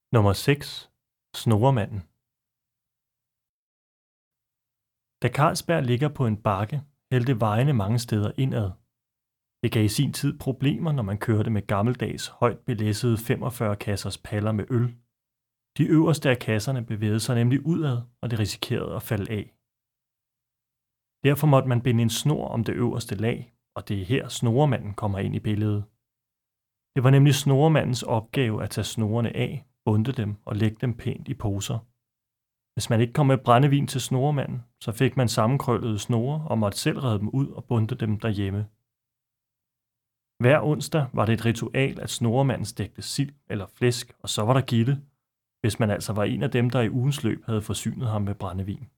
Nummer 6. Snoremanden. Da Carlsberg ligger på en bakke, hældte vejene mange steder indad. Det gav i sin tid problemer, når man kørte med gammeldags, højt belæssede 45 kassers paller med øl. De øverste af kasserne bevægede sig nemlig udad, og det risikerede at falde af. Derfor måtte man binde en snor om det øverste lag, og det er her snoremanden kommer ind i billedet. Det var nemlig snoremandens opgave at tage snorene af, bunde dem og lægge dem pænt i poser. Hvis man ikke kom med brændevin til snoremanden, så fik man sammenkrøllede snore og måtte selv redde dem ud og bunde dem derhjemme. Hver onsdag var det et ritual, at snoremanden stegte sild eller flæsk, og så var der gilde, hvis man altså var en af dem, der i ugens løb havde forsynet ham med brændevin.